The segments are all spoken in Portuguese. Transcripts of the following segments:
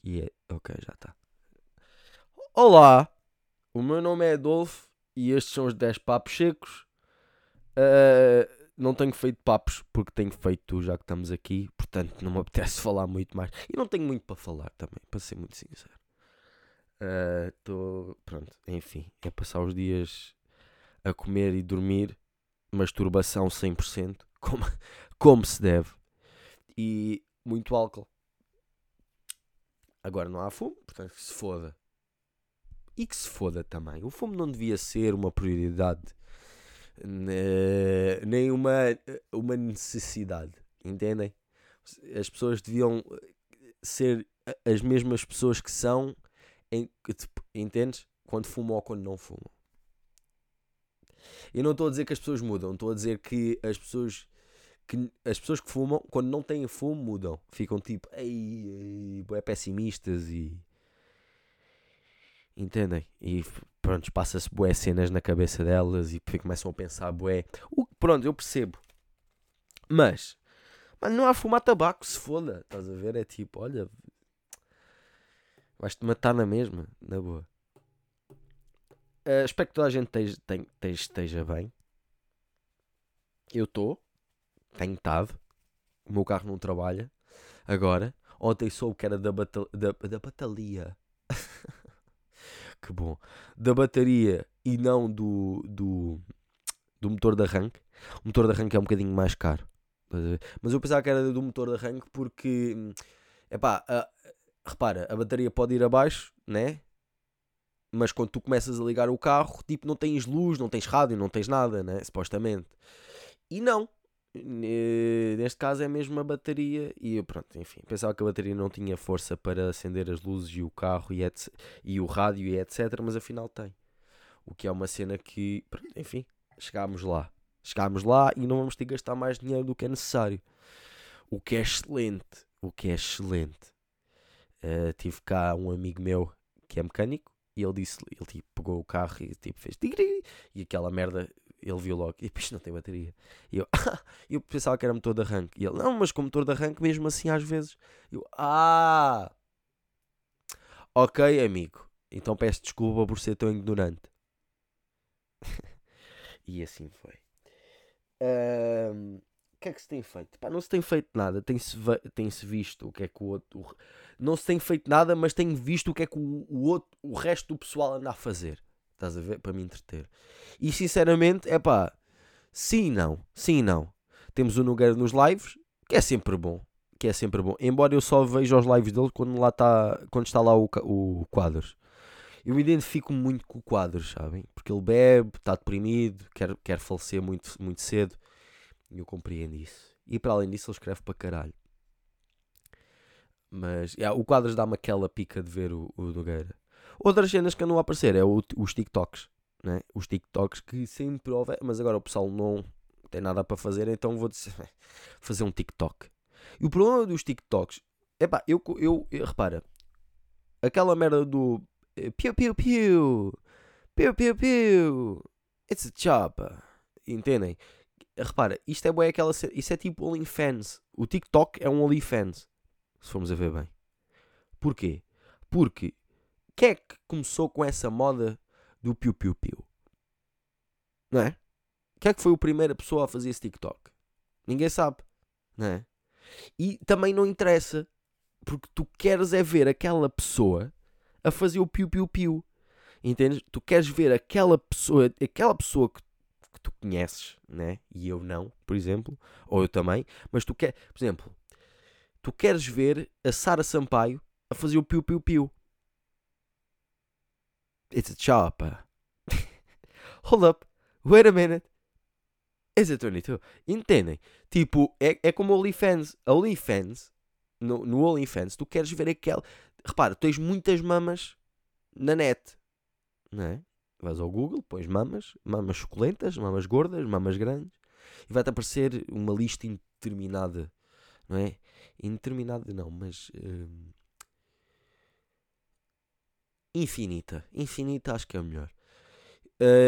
E é. Ok, já está. Olá, o meu nome é Adolfo e estes são os 10 papos secos. Ah, não tenho feito papos porque tenho feito tu já que estamos aqui, portanto não me apetece falar muito mais. E não tenho muito para falar também, para ser muito sincero. Pronto, enfim, é passar os dias a comer e dormir, masturbação 100%, como se deve, e muito álcool. Agora não há fumo, portanto que se foda. E que se foda também. O fumo não devia ser uma prioridade, nem uma necessidade. Entendem? As pessoas deviam ser as mesmas pessoas que são, entendes? Quando fumam ou quando não fumam. Eu não estou a dizer que as pessoas mudam, estou a dizer que as pessoas que fumam, quando não têm fumo, mudam. Ficam tipo, ei, bué pessimistas e. Entendem? E pronto, passa-se bué cenas na cabeça delas e começam a pensar bué. Pronto, eu percebo. Mas, mano, não há fumar tabaco, se foda. Estás a ver? É tipo, olha, vais-te matar na mesma, na boa. Espero que toda a gente esteja bem. Eu estou, tenho estado. O meu carro não trabalha. Agora, ontem soube que era da bateria. Que bom. Da bateria e não do motor de arranque. O motor de arranque é um bocadinho mais caro. Mas eu pensava que era do motor de arranque porque, epá, repara, a bateria pode ir abaixo, né? Mas quando tu começas a ligar o carro, tipo, não tens luz, não tens rádio, não tens nada, né? Supostamente. E não. Neste caso é mesmo a bateria. E eu, pronto, enfim, pensava que a bateria não tinha força para acender as luzes e o carro e o rádio e etc. Mas afinal tem. O que é uma cena que, pronto, enfim, chegámos lá. Chegámos lá e não vamos ter que gastar mais dinheiro do que é necessário. O que é excelente. O que é excelente. Tive cá um amigo meu que é mecânico e ele tipo, pegou o carro e tipo, fez tigre e aquela merda ele viu logo e depois não tem bateria. E eu, eu pensava que era motor de arranque. E ele, não, mas com motor de arranque mesmo assim às vezes. Eu, ok, amigo. Então peço desculpa por ser tão ignorante. E assim foi. O que é que se tem feito? Pá, não se tem feito nada. Tem-se visto o que é que o outro. Não se tem feito nada, mas tenho visto o que é que o resto do pessoal anda a fazer. Estás a ver? Para me entreter. E sinceramente, é pá, sim e não. Sim e não. Temos o Nogueira nos lives, que é sempre bom. Que é sempre bom. Embora eu só veja os lives dele quando está lá o Quadros. Eu identifico muito com o Quadros, sabem? Porque ele bebe, está deprimido, quer falecer muito, muito cedo. E eu compreendo isso. E para além disso, ele escreve para caralho. Mas o Quadros dá-me aquela pica de ver o Nogueira. Outras cenas que andam a aparecer é os TikToks. Né? Os TikToks que sempre houver. Mas agora o pessoal não tem nada para fazer, então vou fazer um TikTok. E o problema dos TikToks. Epá, repara. Aquela merda do. Piu piu piu. Piu piu piu. It's a chopper. Entendem? Repara, isto é bué aquela. Isso é tipo OnlyFans. O TikTok é um OnlyFans. Se formos a ver bem. Porquê? Porque quem é que começou com essa moda do piu-piu-piu? Não é? Quem é que foi a primeira pessoa a fazer esse TikTok? Ninguém sabe. Não é? E também não interessa. Porque tu queres é ver aquela pessoa a fazer o piu-piu-piu. Entendes? Tu queres ver aquela pessoa que tu conheces, né? E eu não, por exemplo. Ou eu também. Mas tu queres, por exemplo, tu queres ver a Sara Sampaio a fazer o piu-piu-piu. It's a chopper. Hold up. Wait a minute. Is it 22? Entendem? Tipo, é como o OnlyFans. A OnlyFans, no OnlyFans, tu queres ver aquela. Repara, tu tens muitas mamas na net. Não é? Vais ao Google, pões mamas suculentas, mamas gordas, mamas grandes. E vai-te aparecer uma lista interminada. Não é? Interminada não, mas. Infinita. Infinita acho que é o melhor.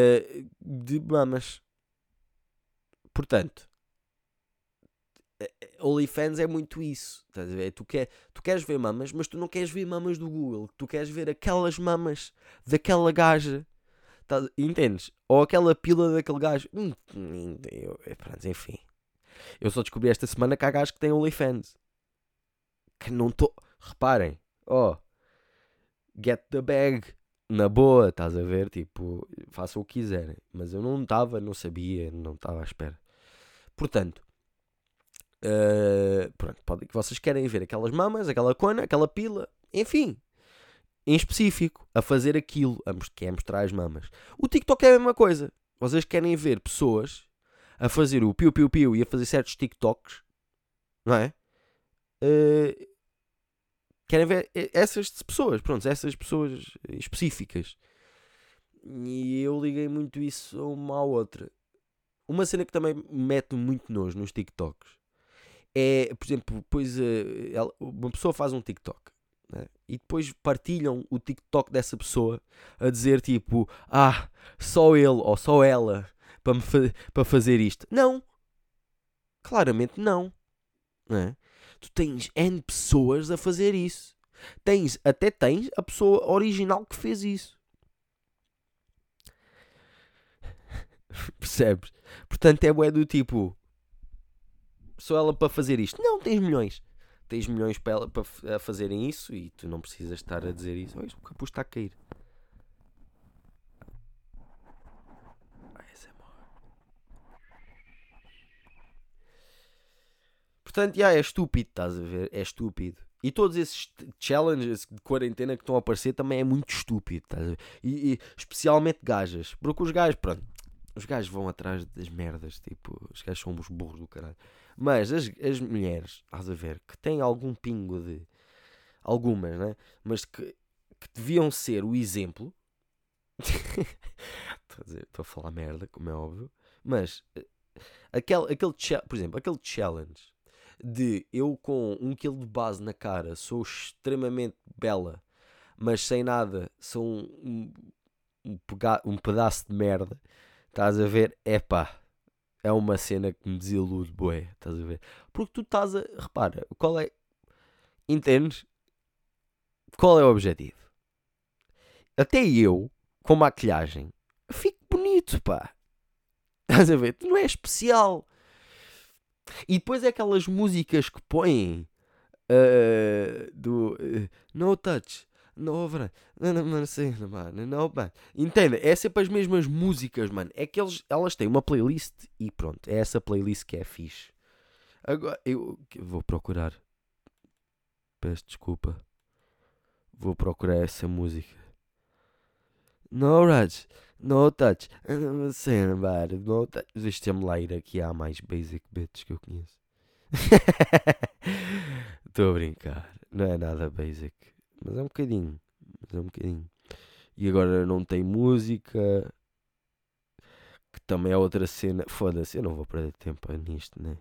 De mamas. Portanto, OnlyFans é muito isso. Estás a ver? Tu queres ver mamas, mas tu não queres ver mamas do Google. Tu queres ver aquelas mamas daquela gaja. Entendes? Ou aquela pila daquele gajo. Pronto, enfim. Eu só descobri esta semana que há gajos que têm OnlyFans. Que não estou. Reparem. Get the bag. Na boa, estás a ver? Tipo, façam o que quiserem. Mas eu não estava, não sabia, não estava à espera. Portanto, pronto, pode que vocês querem ver aquelas mamas, aquela cona, aquela pila, enfim, em específico, a fazer aquilo, que é mostrar as mamas. O TikTok é a mesma coisa. Vocês querem ver pessoas a fazer o piu-piu-piu e a fazer certos TikToks, não é? Querem ver essas pessoas, pronto, essas pessoas específicas. E eu liguei muito isso a uma à outra. Uma cena que também me mete muito nojo nos TikToks é, por exemplo, depois uma pessoa faz um TikTok, né? E depois partilham o TikTok dessa pessoa a dizer tipo, só ele ou só ela para fazer isto. Não, claramente não, né? Tu tens N pessoas a fazer isso. Até tens a pessoa original que fez isso. Percebes? Portanto é bué do tipo, só ela para fazer isto. Não, tens milhões. Tens milhões para fazerem isso e tu não precisas estar a dizer isso. O capuz está a cair. Essa é má. Portanto, é estúpido, estás a ver? É estúpido. E todos esses challenges de quarentena que estão a aparecer também é muito estúpido, estás a ver? E especialmente gajas. Porque os gajos, pronto, os gajos vão atrás das merdas, tipo, os gajos são os burros do caralho. Mas as mulheres, estás a ver, que têm algum pingo de... Algumas, né? Mas que deviam ser o exemplo. Estou a falar merda, como é óbvio. Mas, por exemplo, aquele challenge de eu com 1 kg de base na cara sou extremamente bela, mas sem nada sou um pedaço de merda. Estás a ver? É uma cena que me desilude, bué. Estás a ver? Porque tu estás a... Repara, qual é... Entendes? Qual é o objetivo? Até eu, com maquilhagem, fico bonito, pá. Estás a ver? Tu não é especial. E depois é aquelas músicas que põem do No Touch, No Over, no, entende? É sempre as mesmas músicas, mano. É que elas têm uma playlist e pronto, é essa playlist que é fixe. Agora eu vou procurar. Peço desculpa. Vou procurar essa música. No Raj, No Touch, no touch. Deixa-me lá ir aqui há mais basic bits que eu conheço. Estou a brincar. Não é nada basic. Mas é um bocadinho. E agora não tem música. Que também é outra cena. Foda-se, eu não vou perder tempo nisto, né?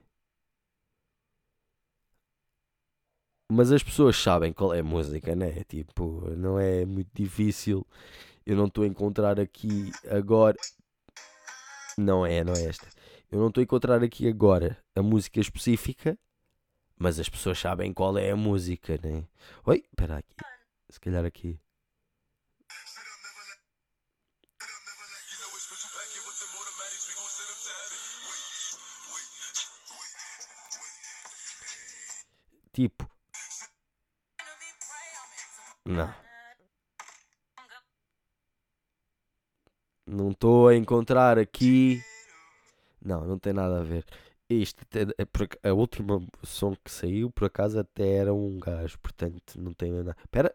Mas as pessoas sabem qual é a música, né? Tipo, não é muito difícil. Eu não estou a encontrar aqui agora. Não é esta. Eu não estou a encontrar aqui agora a música específica. Mas as pessoas sabem qual é a música, né? Oi, espera aqui. Se calhar aqui. Tipo. Não. Não estou a encontrar aqui. Não tem nada a ver. Isto a última som que saiu, por acaso, até era um gajo. Portanto, não tem nada. Espera.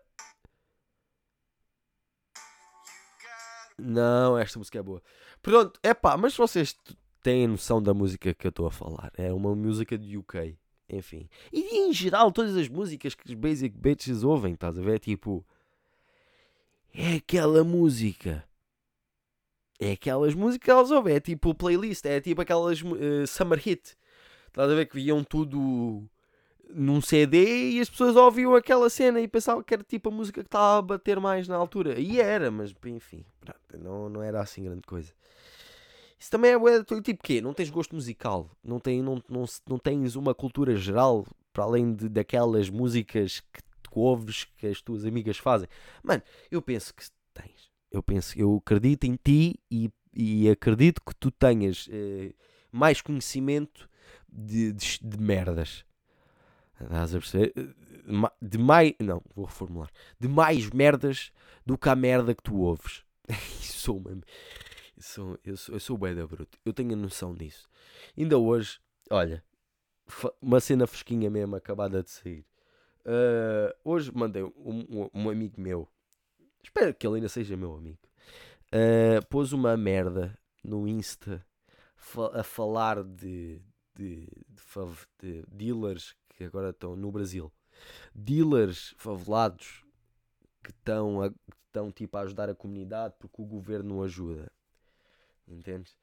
Não, esta música é boa. Pronto, mas vocês têm noção da música que eu estou a falar. É uma música de UK. Enfim. E em geral, todas as músicas que os Basic Bitches ouvem, estás a ver? Tipo. É aquela música. É aquelas músicas que elas ouvem. É tipo playlist. É tipo aquelas summer hit. Estás a ver que viam tudo num CD e as pessoas ouviam aquela cena e pensavam que era tipo a música que estava a bater mais na altura. E era, mas enfim, pronto, não era assim grande coisa. Isso também é bué, tipo, quê? Não tens gosto musical? Não tens uma cultura geral para além daquelas músicas que tu ouves que as tuas amigas fazem? Mano, eu penso que tens. Eu acredito em ti e acredito que tu tenhas mais conhecimento de merdas. Estás a perceber? De mais. Não, vou reformular. De mais merdas do que a merda que tu ouves. Sou mesmo. Eu sou bué da bruto. Eu tenho a noção disso. Ainda hoje, olha, uma cena fresquinha mesmo, acabada de sair. Hoje mandei um amigo meu. Espero que ele ainda seja meu amigo. Pôs uma merda no Insta a falar de dealers que agora estão no Brasil. Dealers favelados que estão tipo a ajudar a comunidade porque o governo não ajuda. Entendes?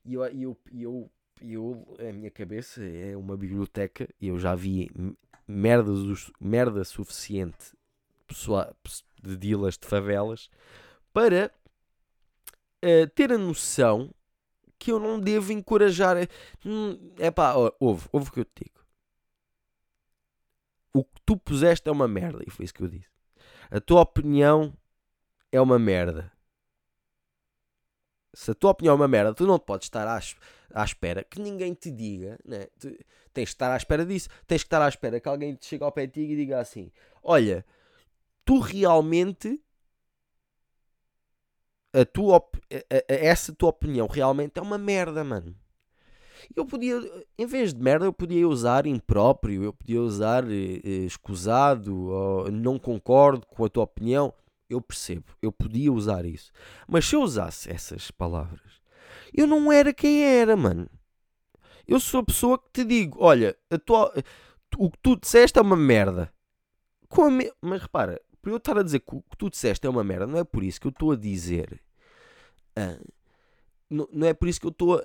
A minha cabeça é uma biblioteca e eu já vi merda suficiente de dealers de favelas para ter a noção que eu não devo encorajar. É pá, ouve o que eu te digo. O que tu puseste é uma merda, e foi isso que eu disse. A tua opinião é uma merda. Se a tua opinião é uma merda, tu não podes estar à espera que ninguém te diga, né? Tens que estar à espera disso. Tens que estar à espera que alguém te chegue ao pé de ti e diga assim: olha, tu realmente, essa tua opinião realmente é uma merda, mano. Eu podia, em vez de merda, eu podia usar impróprio, eu podia usar escusado, ou não concordo com a tua opinião. Eu percebo, eu podia usar isso. Mas se eu usasse essas palavras, eu não era quem era, mano. Eu sou a pessoa que te digo: olha, o que tu disseste é uma merda. Mas repara, por eu estar a dizer que o que tu disseste é uma merda, não é por isso que eu estou a dizer. ah, não é por isso que eu estou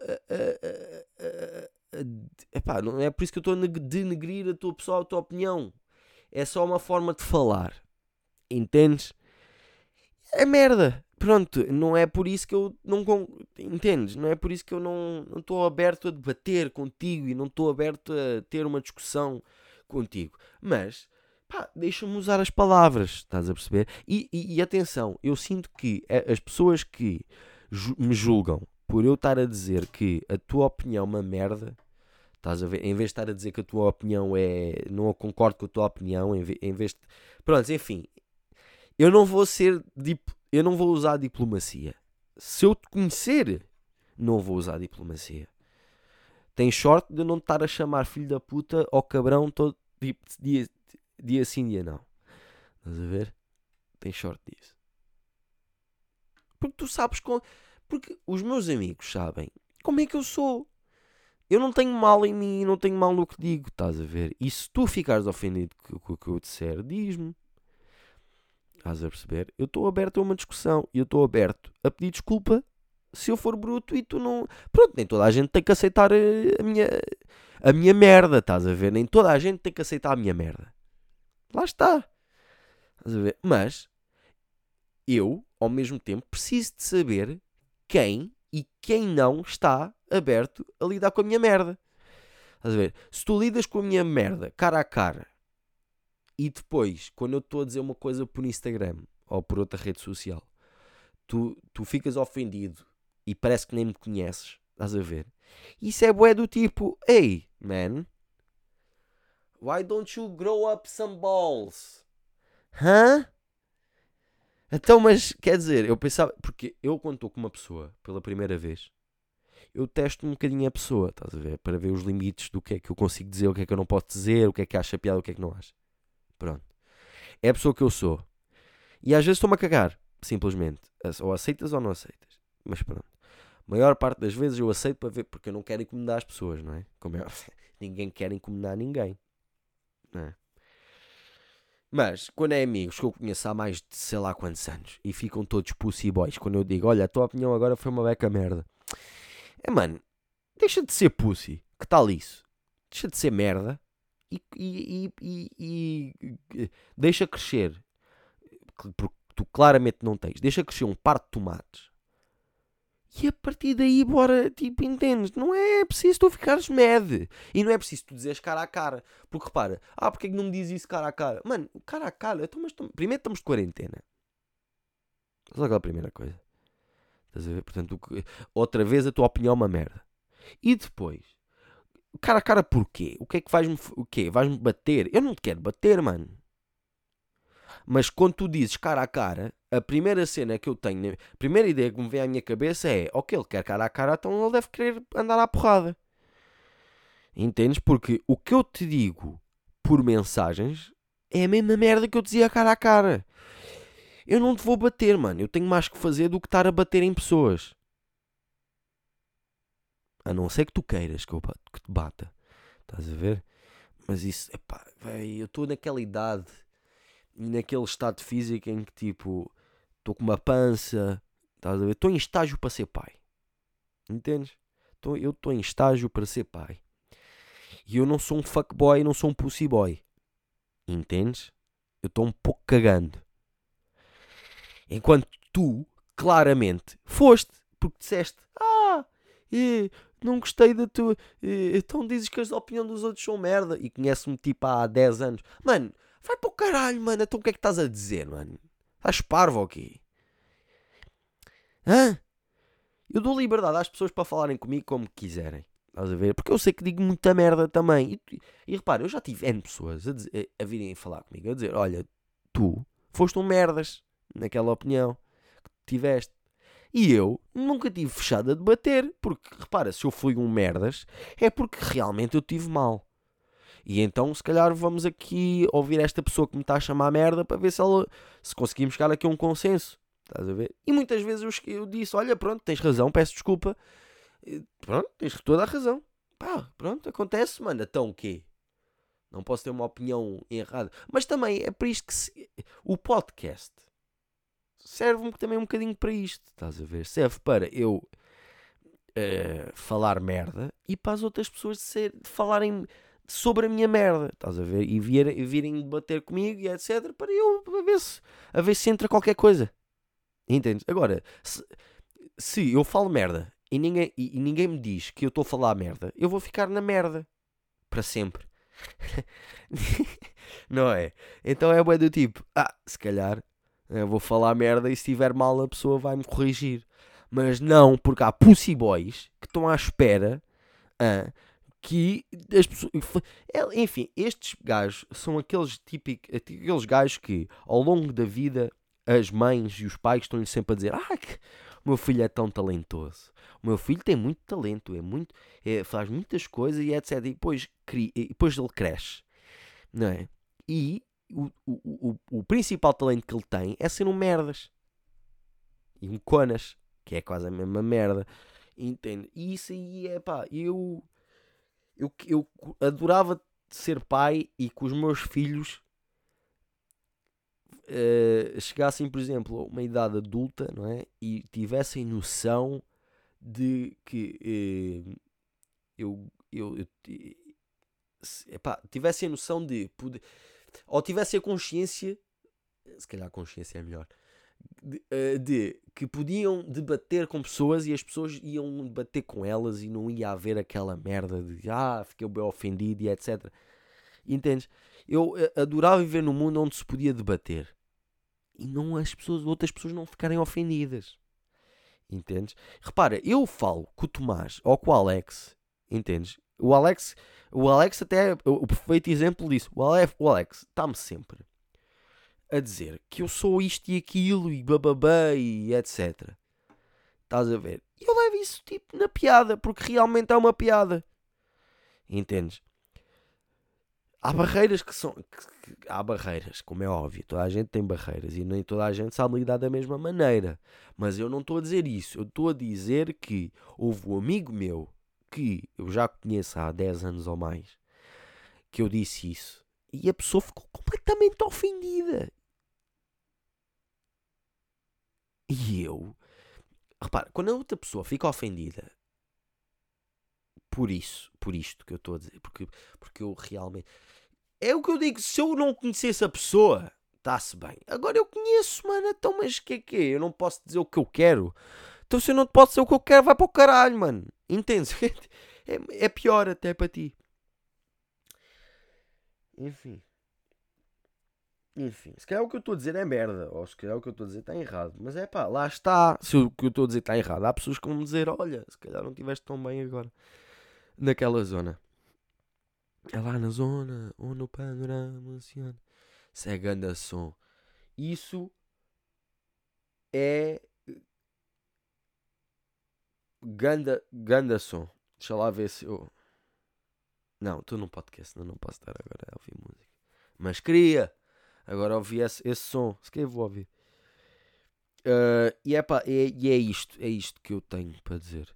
epá, não é por isso que eu estou a denegrir a tua pessoa, a tua opinião. É só uma forma de falar. Entendes? É merda. Pronto, não é por isso que eu não. Entendes? Não é por isso que eu não estou aberto a debater contigo e não estou aberto a ter uma discussão contigo. Mas, pá, deixa-me usar as palavras, estás a perceber? E atenção, eu sinto que as pessoas que me julgam por eu estar a dizer que a tua opinião é uma merda, estás a ver? Em vez de estar a dizer que a tua opinião é. Não concordo com a tua opinião, em vez de. Pronto, enfim, eu não vou ser. Eu não vou usar diplomacia. Se eu te conhecer, não vou usar diplomacia. Tens sorte de eu não te estar a chamar filho da puta ou cabrão todo tipo, dia sim, dia não. Estás a ver? Tens sorte disso. Porque tu sabes como. Porque os meus amigos sabem como é que eu sou. Eu não tenho mal em mim, não tenho mal no que digo, estás a ver? E se tu ficares ofendido com o que eu disser, diz-me. Estás a perceber? Eu estou aberto a uma discussão e eu estou aberto a pedir desculpa se eu for bruto e tu não. Pronto, nem toda a gente tem que aceitar a minha merda, estás a ver? Nem toda a gente tem que aceitar a minha merda. Lá está. Estás a ver? Mas eu, ao mesmo tempo, preciso de saber quem e quem não está aberto a lidar com a minha merda. Estás a ver? Se tu lidas com a minha merda cara a cara e depois, quando eu estou a dizer uma coisa por Instagram ou por outra rede social, tu ficas ofendido e parece que nem me conheces, estás a ver? Isso é bué do tipo: hey, man, why don't you grow up some balls? Hã? Então, mas quer dizer, eu pensava, porque eu quando estou com uma pessoa pela primeira vez, eu testo um bocadinho a pessoa, estás a ver? Para ver os limites do que é que eu consigo dizer, o que é que eu não posso dizer, o que é que acha piada, o que é que não acha. Pronto. É a pessoa que eu sou. E às vezes estou-me a cagar, simplesmente. Ou aceitas ou não aceitas. Mas pronto. A maior parte das vezes eu aceito para ver, porque eu não quero incomodar as pessoas, não é? Como é ninguém quer incomodar ninguém. Não é? Mas, quando é amigos que eu conheço há mais de sei lá quantos anos e ficam todos pussy boys, quando eu digo, olha, a tua opinião agora foi uma beca merda. É, mano, deixa de ser pussy. Que tal isso? Deixa de ser merda e deixa crescer. Porque tu claramente não tens. Deixa crescer um par de tomates. E a partir daí, bora, tipo, entendes? Não é preciso tu ficares mad. E não é preciso tu dizeres cara a cara. Porque repara, porque é que não me diz isso cara a cara? Mano, cara a cara, então, primeiro estamos de quarentena. Só aquela primeira coisa. Estás a ver? Portanto, outra vez a tua opinião é uma merda. E depois, cara a cara porquê? O que é que vais-me. O quê? Vais-me bater? Eu não te quero bater, mano. Mas quando tu dizes cara a cara, a primeira cena que eu tenho, a primeira ideia que me vem à minha cabeça é: ok, ele quer cara a cara, então ele deve querer andar à porrada. Entendes? Porque o que eu te digo por mensagens é a mesma merda que eu dizia cara a cara. Eu não te vou bater, mano. Eu tenho mais que fazer do que estar a bater em pessoas. A não ser que tu queiras que te bata. Estás a ver? Mas isso, epá, véi, eu estou naquela idade e naquele estado físico em que tipo, estou com uma pança. Estás a ver? Estou em estágio para ser pai. Entendes? Eu estou em estágio para ser pai. E eu não sou um fuckboy, não sou um pussy boy. Entendes? Eu estou um pouco cagando. Enquanto tu, claramente, foste. Porque disseste: não gostei da tua. Então dizes que a opinião dos outros são merda. E conhece-me tipo há 10 anos. Mano, vai para o caralho, mano. Então o que é que estás a dizer, mano? Estás parvo ou quê? Hã? Eu dou liberdade às pessoas para falarem comigo como quiserem. Estás a ver? Porque eu sei que digo muita merda também. E repara, eu já tive N pessoas a virem falar comigo, a dizer: olha, tu foste um merdas naquela opinião que tiveste. E eu nunca tive fechado a debater. Porque, repara, se eu fui um merdas, é porque realmente eu tive mal. E então, se calhar, vamos aqui ouvir esta pessoa que me está a chamar merda para ver se conseguimos chegar aqui a um consenso. Estás a ver? E muitas vezes eu disse: olha, pronto, tens razão, peço desculpa. Pronto, tens toda a razão. Pá, pronto, acontece, mano. Então o quê? Não posso ter uma opinião errada. Mas também é para isto que o podcast serve também um bocadinho para isto. Estás a ver? Serve para eu falar merda e para as outras pessoas de falarem sobre a minha merda. Estás a ver? E virem debater comigo e etc. Para eu a ver se entra qualquer coisa. Entendes? Agora, se eu falo merda e ninguém me diz que eu estou a falar merda, eu vou ficar na merda. Para sempre. Não é? Então é bué do tipo, se calhar eu vou falar merda e se estiver mal a pessoa vai-me corrigir. Mas não, porque há pussy boys que estão à espera que as pessoas... Enfim, estes gajos são aqueles gajos que ao longo da vida as mães e os pais estão-lhe sempre a dizer: que o meu filho é tão talentoso, o meu filho tem muito talento, faz muitas coisas e etc. E depois ele cresce, não é? E o principal talento que ele tem é ser um merdas e um conas, que é quase a mesma merda, entende? E isso aí é pá, eu adorava ser pai e que os meus filhos chegassem, por exemplo, a uma idade adulta, não é? E tivessem noção de que tivessem a noção de poder, ou tivessem a consciência, se calhar a consciência é melhor, de que podiam debater com pessoas e as pessoas iam debater com elas e não ia haver aquela merda de fiquei bem ofendido e etc. Entendes? Eu adorava viver num mundo onde se podia debater e não outras pessoas não ficarem ofendidas. Entendes? Repara, eu falo com o Tomás ou com o Alex, entendes? O Alex até é o perfeito exemplo disso. O Alex está-me sempre a dizer que eu sou isto e aquilo e bababá e etc. Estás a ver? E eu levo isso tipo na piada, porque realmente é uma piada. Entendes? Há barreiras há barreiras, como é óbvio. Toda a gente tem barreiras e nem toda a gente sabe lidar da mesma maneira. Mas eu não estou a dizer isso. Eu estou a dizer que houve um amigo meu que eu já conheço há 10 anos ou mais que eu disse isso e a pessoa ficou completamente ofendida. E eu, repara, quando a outra pessoa fica ofendida por isto que eu estou a dizer, porque eu realmente. É o que eu digo, se eu não conhecesse a pessoa, está-se bem. Agora eu conheço, mano, então, mas que é? Eu não posso dizer o que eu quero. Então se eu não te posso ser o que eu quero, vai para o caralho, mano. Entendes? É pior até para ti. Enfim. Se calhar o que eu estou a dizer é merda. Ou se calhar o que eu estou a dizer está errado. Mas é pá, lá está. Se o que eu estou a dizer está errado, há pessoas que vão me dizer: olha, se calhar não estiveste tão bem agora. Naquela zona. É lá na zona, ou no panorama, oceano. Isso é ganda som. Isso é ganda som. Deixa lá ver se eu. Não, estou num podcast, não posso estar agora a ouvir música. Mas queria. Agora ouvi esse som. Se calhar vou ouvir. E é isto que eu tenho para dizer.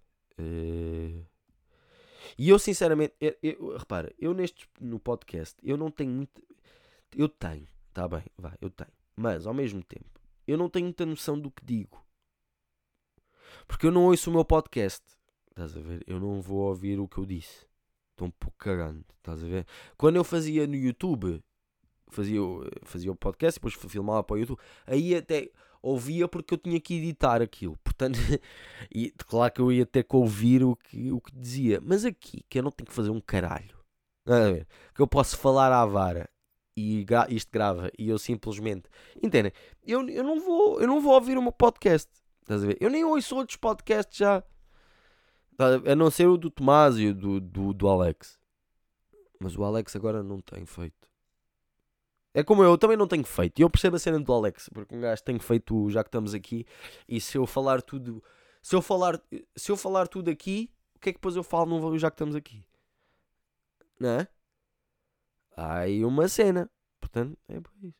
E eu sinceramente, repara, no podcast, eu não tenho muito. Eu tenho, tá bem, vai, eu tenho. Mas ao mesmo tempo, eu não tenho muita noção do que digo. Porque eu não ouço o meu podcast. Estás a ver? Eu não vou ouvir o que eu disse. Estou um pouco cagando. Estás a ver? Quando eu fazia no YouTube, fazia o podcast e depois filmava para o YouTube, aí até ouvia porque eu tinha que editar aquilo. Portanto, e claro que eu ia ter que ouvir o que dizia. Mas aqui, que eu não tenho que fazer um caralho. Estás a ver? Que eu posso falar à vara e isto grava e eu simplesmente. Entendem? Eu não vou ouvir o meu podcast. Estás a ver? Eu nem ouço outros podcasts já. A não ser o do Tomás e o do Alex. Mas o Alex agora não tem feito. É como eu também não tenho feito. E eu percebo a cena do Alex, porque um gajo tem feito já que estamos aqui. E se eu falar tudo. Se eu falar tudo aqui, o que é que depois eu falo no já que estamos aqui? Não é? Há aí uma cena. Portanto, é por isso.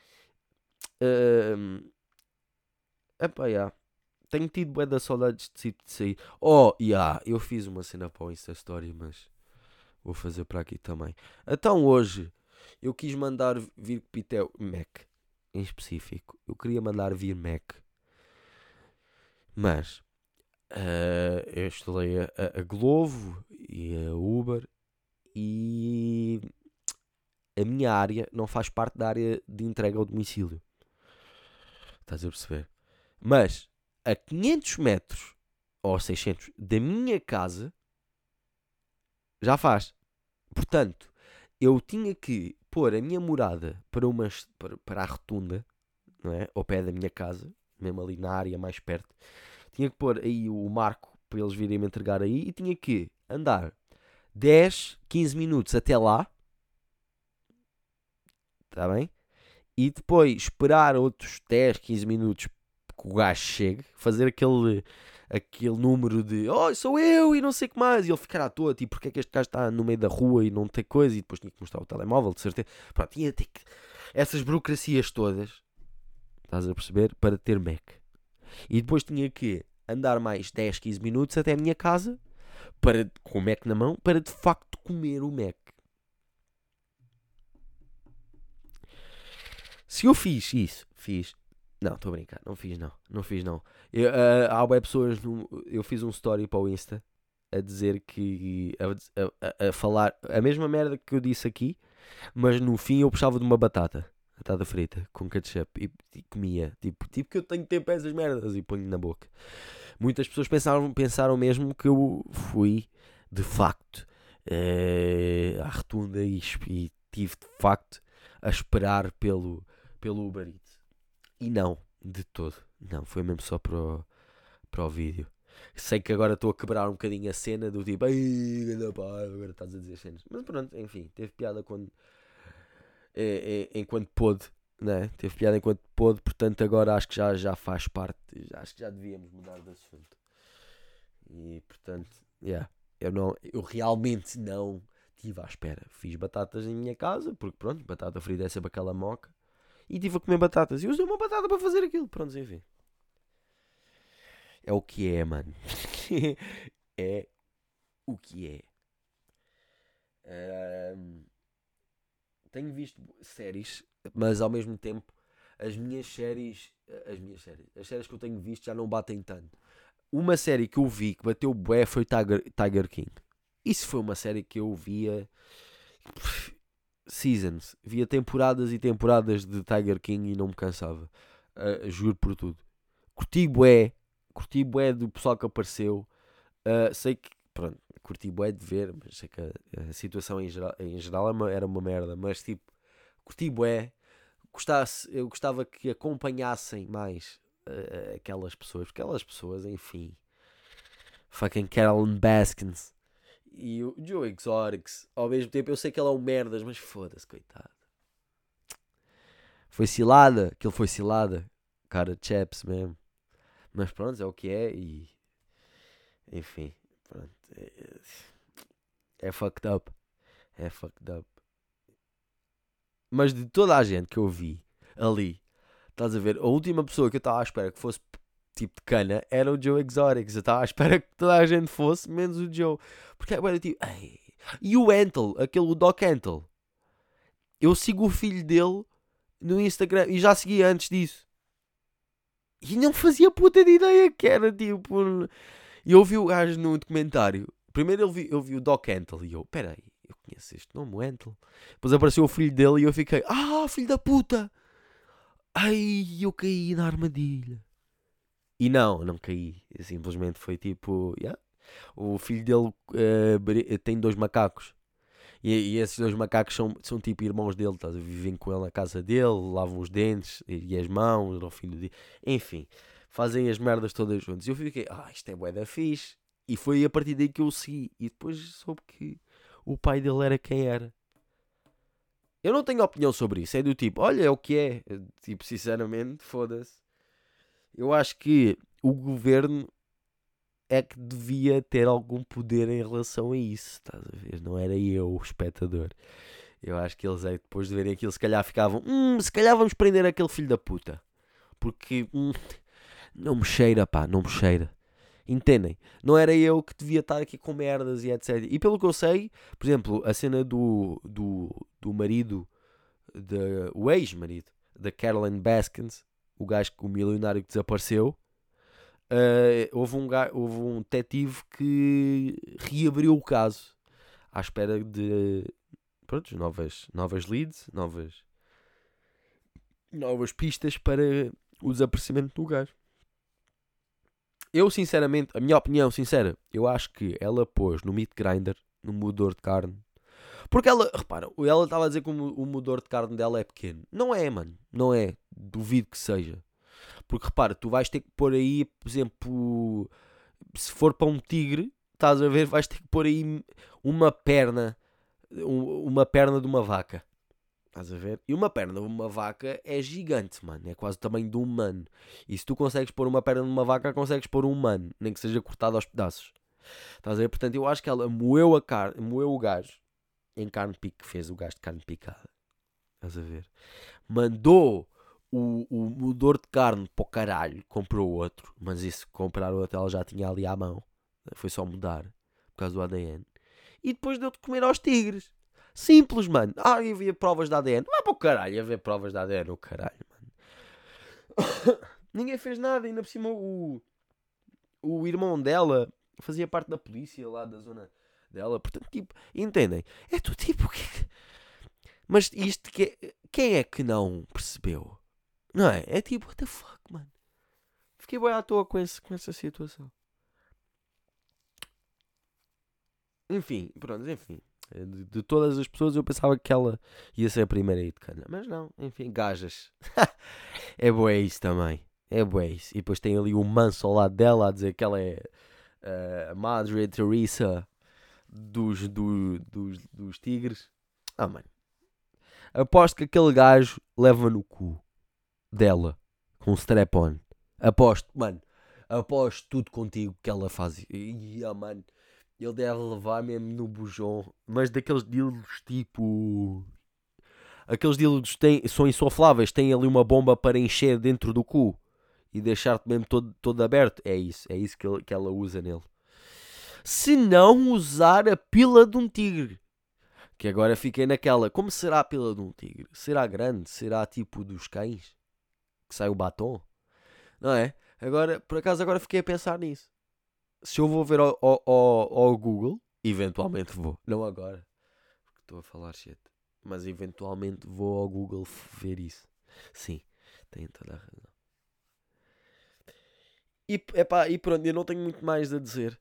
Epá, já. Tenho tido bué das saudades de sair. Oh, eu fiz uma cena para o Insta Story, mas vou fazer para aqui também. Então hoje eu quis mandar vir Pitel Mac em específico. Eu queria mandar vir Mac, mas eu instalei a Glovo e a Uber e a minha área não faz parte da área de entrega ao domicílio. Estás a perceber? Mas a 500 metros ou 600 da minha casa já faz. Portanto, eu tinha que pôr a minha morada para a rotunda, não é? Ao pé da minha casa, mesmo ali na área mais perto. Tinha que pôr aí o marco para eles virem me entregar aí e tinha que andar 10, 15 minutos até lá. Está bem? E depois esperar outros 10, 15 minutos que o gajo chegue, fazer aquele número de sou eu e não sei o que mais, e ele ficar à toa, tipo, porque é que este gajo está no meio da rua e não tem coisa, e depois tinha que mostrar o telemóvel, de certeza. Pronto, tinha que essas burocracias todas, estás a perceber, para ter Mac. E depois tinha que andar mais 10, 15 minutos até a minha casa, com o Mac na mão, para de facto comer o Mac. Se eu fiz isso, fiz. Não, estou a brincar, não fiz não. Não fiz não. Há web pessoas, eu fiz um story para o Insta a dizer que. A falar a mesma merda que eu disse aqui, mas no fim eu puxava de uma batata frita, com ketchup e comia. Tipo que eu tenho tempo para essas merdas e ponho na boca. Muitas pessoas pensaram mesmo que eu fui de facto à rotunda e tive de facto a esperar pelo Uber Eats. E não, de todo. Não, foi mesmo só para o vídeo. Sei que agora estou a quebrar um bocadinho a cena do tipo, ai, agora estás a dizer cenas. Mas pronto, enfim, teve piada enquanto pôde, né? Teve piada enquanto pôde, portanto agora acho que já faz parte. Acho que já devíamos mudar de assunto. E portanto, eu realmente não estive à espera. Fiz batatas em minha casa, porque pronto, batata frita é sempre aquela moca. E estive a comer batatas. E usei uma batata para fazer aquilo. Pronto, enfim. É o que é, mano. É o que é. Tenho visto séries, mas ao mesmo tempo as séries que eu tenho visto já não batem tanto. Uma série que eu vi que bateu bué foi Tiger King. Isso foi uma série que eu via seasons. Via temporadas e temporadas de Tiger King e não me cansava. Juro por tudo. Curti bué. Curti bué do pessoal que apareceu. Sei que, pronto, curti bué de ver, mas sei que a situação em geral era uma merda. Mas tipo, curti bué. Eu gostava que acompanhassem mais aquelas pessoas. Porque aquelas pessoas, enfim. Fucking Carolyn Baskins. E o Joe Exotics. Ao mesmo tempo, eu sei que ele é um merdas, mas foda-se, coitado. Foi cilada. Aquilo foi cilada. Cara de chaps mesmo. Mas pronto, é o que é. E enfim, pronto. É fucked up. É fucked up. Mas de toda a gente que eu vi ali, estás a ver? A última pessoa que eu estava à espera que fosse tipo de cana era o Joe Exotics. Eu estava à espera que toda a gente fosse, menos o Joe. Porque era tipo. Ei. E o Antle, o Doc Antle. Eu sigo o filho dele no Instagram e já segui antes disso. E não fazia puta de ideia que era tipo. E eu vi o gajo no documentário. Primeiro eu vi o Doc Antle e eu, peraí, eu conheço este nome, o Antle. Depois apareceu o filho dele e eu fiquei, filho da puta! Ai, eu caí na armadilha. E não caí. Simplesmente foi tipo, yeah. O filho dele tem dois macacos. E esses dois macacos são tipo irmãos dele, estás a ver? Vivem com ele na casa dele, lavam os dentes e as mãos ao fim do dia. Enfim, fazem as merdas todas juntos. E eu fiquei, isto é bué da fixe. E foi a partir daí que eu o segui. E depois soube que o pai dele era quem era. Eu não tenho opinião sobre isso. É do tipo, olha, é o que é. Tipo, sinceramente, foda-se. Eu acho que o governo é que devia ter algum poder em relação a isso. Estás a ver? Não era eu, o espectador. Eu acho que eles aí, depois de verem aquilo, se calhar ficavam, se calhar vamos prender aquele filho da puta. Porque, não me cheira, pá, não me cheira. Entendem? Não era eu que devia estar aqui com merdas e etc. E pelo que eu sei, por exemplo, a cena do marido, o ex-marido, da Carolyn Baskins, o milionário que desapareceu, houve um detetive que reabriu o caso à espera de, pronto, novas leads, novas pistas para o desaparecimento do gajo. Eu, sinceramente, a minha opinião sincera, eu acho que ela pôs no meat grinder, no moedor de carne. Porque ela, repara, ela estava a dizer que o moedor de carne dela é pequeno. Não é, mano. Não é. Duvido que seja. Porque repara, tu vais ter que pôr aí, por exemplo, se for para um tigre, estás a ver, vais ter que pôr aí uma perna, uma perna de uma vaca. Estás a ver? E uma perna de uma vaca é gigante, mano. É quase o tamanho de um humano. E se tu consegues pôr uma perna de uma vaca, consegues pôr um humano. Nem que seja cortado aos pedaços. Estás a ver? Portanto, eu acho que ela moeu a carne, moeu o gajo em carne pique, fez o gajo de carne picada. Estás a ver? Mandou o moedor de carne para o caralho. Comprou outro. Mas isso, comprar outro, ela já tinha ali à mão. Foi só mudar. Por causa do ADN. E depois deu de comer aos tigres. Simples, mano. Havia provas de ADN. Vai para o caralho haver provas de ADN. O caralho, mano. Ninguém fez nada. Ainda por cima o irmão dela fazia parte da polícia lá da zona dela. Portanto, tipo, entendem? É tu tipo... Mas isto quem é que não percebeu? Não é? É tipo, what the fuck, mano. Fiquei bem à toa com essa situação. Enfim, pronto, enfim. De todas as pessoas eu pensava que ela ia ser a primeira a ir de cana. Mas não, enfim, gajas. É bué isso também. É bué isso. E depois tem ali o manso ao lado dela a dizer que ela é a Madre Teresa dos tigres. Mano. Aposto que aquele gajo leva no cu dela com um strap-on. Aposto, mano. Aposto tudo contigo que ela faz. Mano. Ele deve levar mesmo no bujão. Mas daqueles dildos tipo. Aqueles dildos são insufláveis. Tem ali uma bomba para encher dentro do cu. E deixar-te mesmo todo aberto. É isso. É isso que ela usa nele. Se não usar a pila de um tigre. Que agora fiquei naquela. Como será a pila de um tigre? Será grande? Será tipo dos cães? Que sai o batom? Não é? Agora, por acaso, agora fiquei a pensar nisso. Se eu vou ver ao Google, eventualmente vou. Não agora, porque estou a falar shit. Mas eventualmente vou ao Google ver isso. Sim, tem toda a razão. E pronto, eu não tenho muito mais a dizer.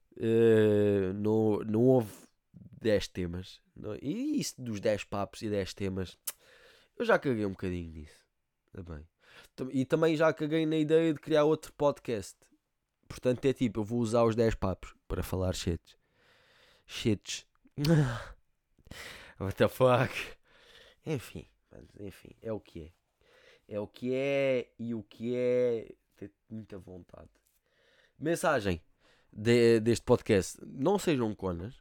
Não houve 10 temas. E isso dos 10 papos e 10 temas, eu já caguei um bocadinho nisso. Também. E também já caguei na ideia de criar outro podcast. Portanto, é tipo, eu vou usar os 10 papos para falar shits. Shits. What the fuck? Enfim, é o que é. É o que é e o que é ter muita vontade. Mensagem deste podcast: não sejam conas,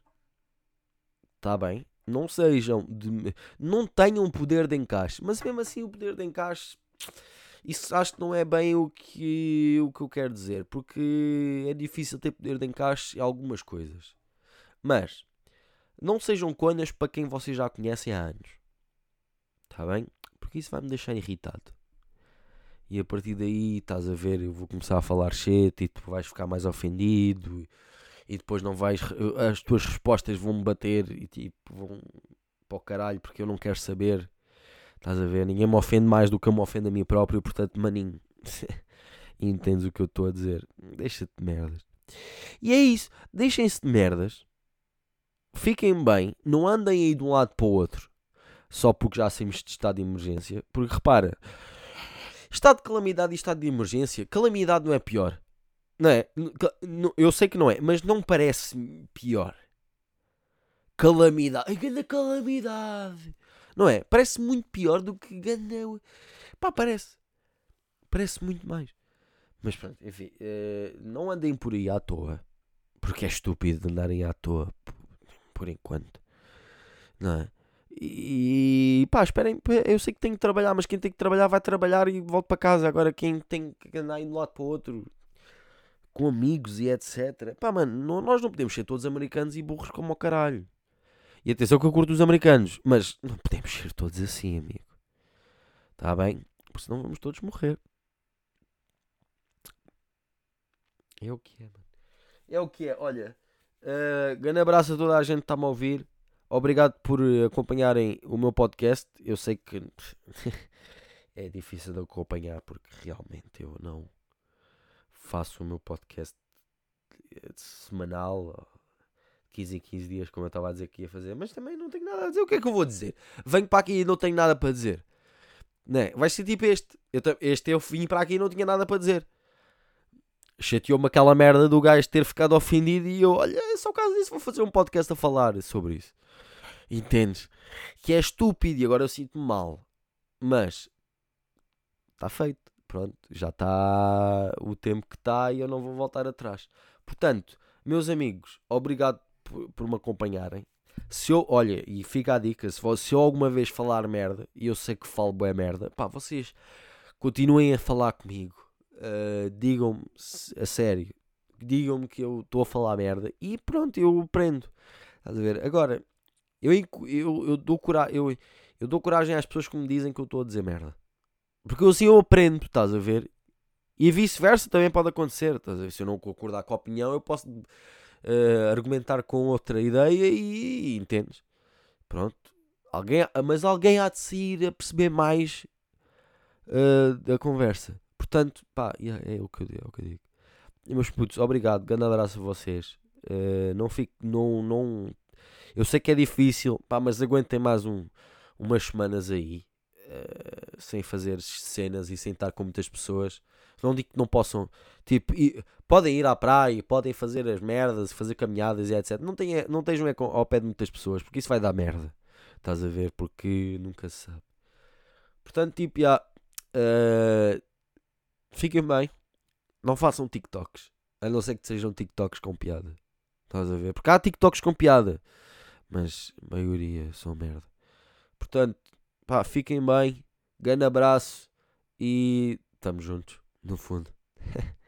tá bem? Não sejam, não tenham poder de encaixe, mas mesmo assim o poder de encaixe, isso acho que não é bem o que eu quero dizer, porque é difícil ter poder de encaixe em algumas coisas. Mas não sejam conas para quem vocês já conhecem há anos, tá bem? Porque isso vai me deixar irritado. E a partir daí, estás a ver, eu vou começar a falar shit e tu vais ficar mais ofendido e depois não vais, as tuas respostas vão-me bater e tipo, vão para o caralho porque eu não quero saber. Estás a ver? Ninguém me ofende mais do que eu me ofendo a mim próprio, portanto, maninho, entendes o que eu estou a dizer? Deixa-te de merdas. E é isso, deixem-se de merdas, fiquem bem, não andem aí de um lado para o outro só porque já saímos de estado de emergência, porque repara. Estado de calamidade e estado de emergência. Calamidade não é pior. Não é? Eu sei que não é, mas não parece pior. Calamidade. Ai, grande calamidade. Não é? Parece muito pior do que grande. Pá, parece. Parece muito mais. Mas pronto, enfim. Não andem por aí à toa. Porque é estúpido andarem à toa. Por enquanto. Não é? E pá, esperem, eu sei que tenho que trabalhar, mas quem tem que trabalhar vai trabalhar e volta para casa. Agora quem tem que andar de um lado para o outro com amigos e etc. Pá, mano, nós não podemos ser todos americanos e burros como o caralho. E atenção que eu curto os americanos, mas não podemos ser todos assim, amigo. Tá bem? Porque senão vamos todos morrer. É o que é, mano. É o que é, olha. Grande abraço a toda a gente que está-me a ouvir. Obrigado por acompanharem o meu podcast. Eu sei que é difícil de acompanhar porque realmente eu não faço o meu podcast semanal, 15 em 15 dias, como eu estava a dizer que ia fazer, mas também não tenho nada a dizer. O que é que eu vou dizer? Venho para aqui e não tenho nada para dizer. Não é? Vai ser tipo este. Este eu vim para aqui e não tinha nada para dizer. Chateou-me aquela merda do gajo ter ficado ofendido e eu, olha, só caso disso vou fazer um podcast a falar sobre isso. Entendes? Que é estúpido e agora eu sinto-me mal. Mas está feito. Pronto, já está o tempo que está e eu não vou voltar atrás. Portanto, meus amigos, obrigado por me acompanharem. Se eu, olha, e fica a dica, se eu alguma vez falar merda, e eu sei que falo bué merda, pá, vocês continuem a falar comigo. Digam-me a sério. Digam-me que eu estou a falar merda e pronto, eu aprendo. Estás a ver? Agora, eu dou coragem às pessoas que me dizem que eu estou a dizer merda. Porque assim eu aprendo, estás a ver? E vice-versa também pode acontecer. Estás a ver? Se eu não concordar com a opinião, eu posso argumentar com outra ideia e entendes? Pronto. Mas alguém há de sair a perceber mais da conversa. Portanto, pá, é o que eu digo. E meus putos, obrigado. Grande abraço a vocês. Não fico. Não. Eu sei que é difícil, pá, mas aguentem mais umas semanas aí. Sem fazer cenas e sem estar com muitas pessoas. Não digo que não possam, tipo, podem ir à praia, podem fazer as merdas, fazer caminhadas e etc. Não estejam ao pé de muitas pessoas, porque isso vai dar merda. Estás a ver? Porque nunca se sabe. Portanto, tipo, fiquem bem. Não façam TikToks. A não ser que sejam TikToks com piada. Estás a ver? Porque há TikToks com piada, mas a maioria são merda. Portanto, pá, fiquem bem, grande abraço e estamos juntos, no fundo.